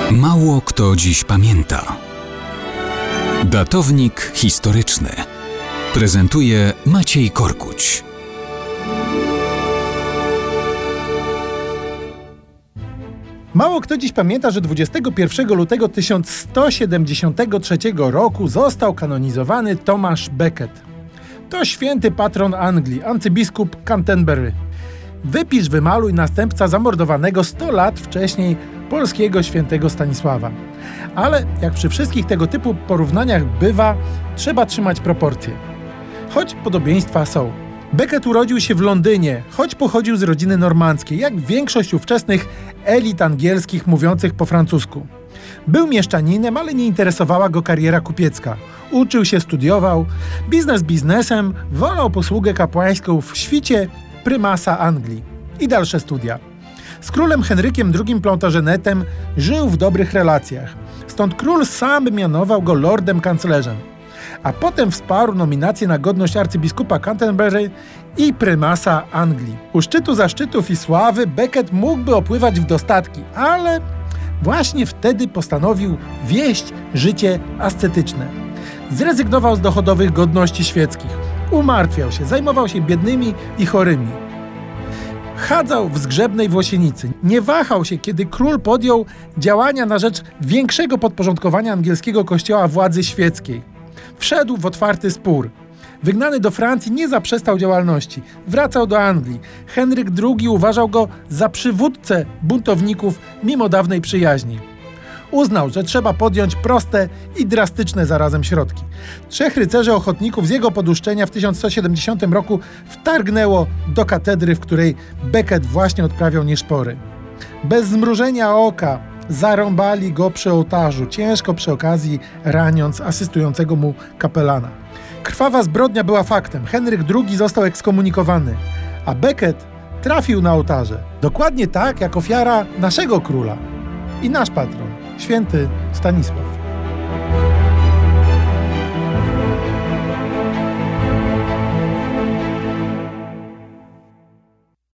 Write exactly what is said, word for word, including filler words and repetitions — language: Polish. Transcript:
Mało kto dziś pamięta. Datownik historyczny prezentuje Maciej Korkuć. Mało kto dziś pamięta, że dwudziestego pierwszego lutego tysiąc sto siedemdziesiątego trzeciego roku został kanonizowany Tomasz Becket. To święty patron Anglii, arcybiskup Canterbury. Wypisz, wymaluj następca zamordowanego sto lat wcześniej polskiego świętego Stanisława. Ale jak przy wszystkich tego typu porównaniach bywa, trzeba trzymać proporcje. Choć podobieństwa są. Becket urodził się w Londynie, choć pochodził z rodziny normandzkiej, jak większość ówczesnych elit angielskich mówiących po francusku. Był mieszczaninem, ale nie interesowała go kariera kupiecka. Uczył się, studiował, biznes biznesem, wolał posługę kapłańską w świcie prymasa Anglii i dalsze studia. Z królem Henrykiem drugim Plantagenetem żył w dobrych relacjach, stąd król sam mianował go lordem kanclerzem. A potem wsparł nominację na godność arcybiskupa Canterbury i prymasa Anglii. U szczytu zaszczytów i sławy Becket mógłby opływać w dostatki, ale właśnie wtedy postanowił wieść życie ascetyczne. Zrezygnował z dochodowych godności świeckich, umartwiał się, zajmował się biednymi i chorymi. Chadzał w zgrzebnej Włosienicy. Nie wahał się, kiedy król podjął działania na rzecz większego podporządkowania angielskiego kościoła władzy świeckiej. Wszedł w otwarty spór. Wygnany do Francji, nie zaprzestał działalności. Wracał do Anglii. Henryk drugi uważał go za przywódcę buntowników mimo dawnej przyjaźni. Uznał, że trzeba podjąć proste i drastyczne zarazem środki. Trzech rycerzy ochotników z jego poduszczenia w tysiąc sto siedemdziesiątym roku wtargnęło do katedry, w której Becket właśnie odprawiał nieszpory. Bez zmrużenia oka zarąbali go przy ołtarzu, ciężko przy okazji raniąc asystującego mu kapelana. Krwawa zbrodnia była faktem. Henryk drugi został ekskomunikowany, a Becket trafił na ołtarze. Dokładnie tak, jak ofiara naszego króla i nasz patron, święty Stanisław.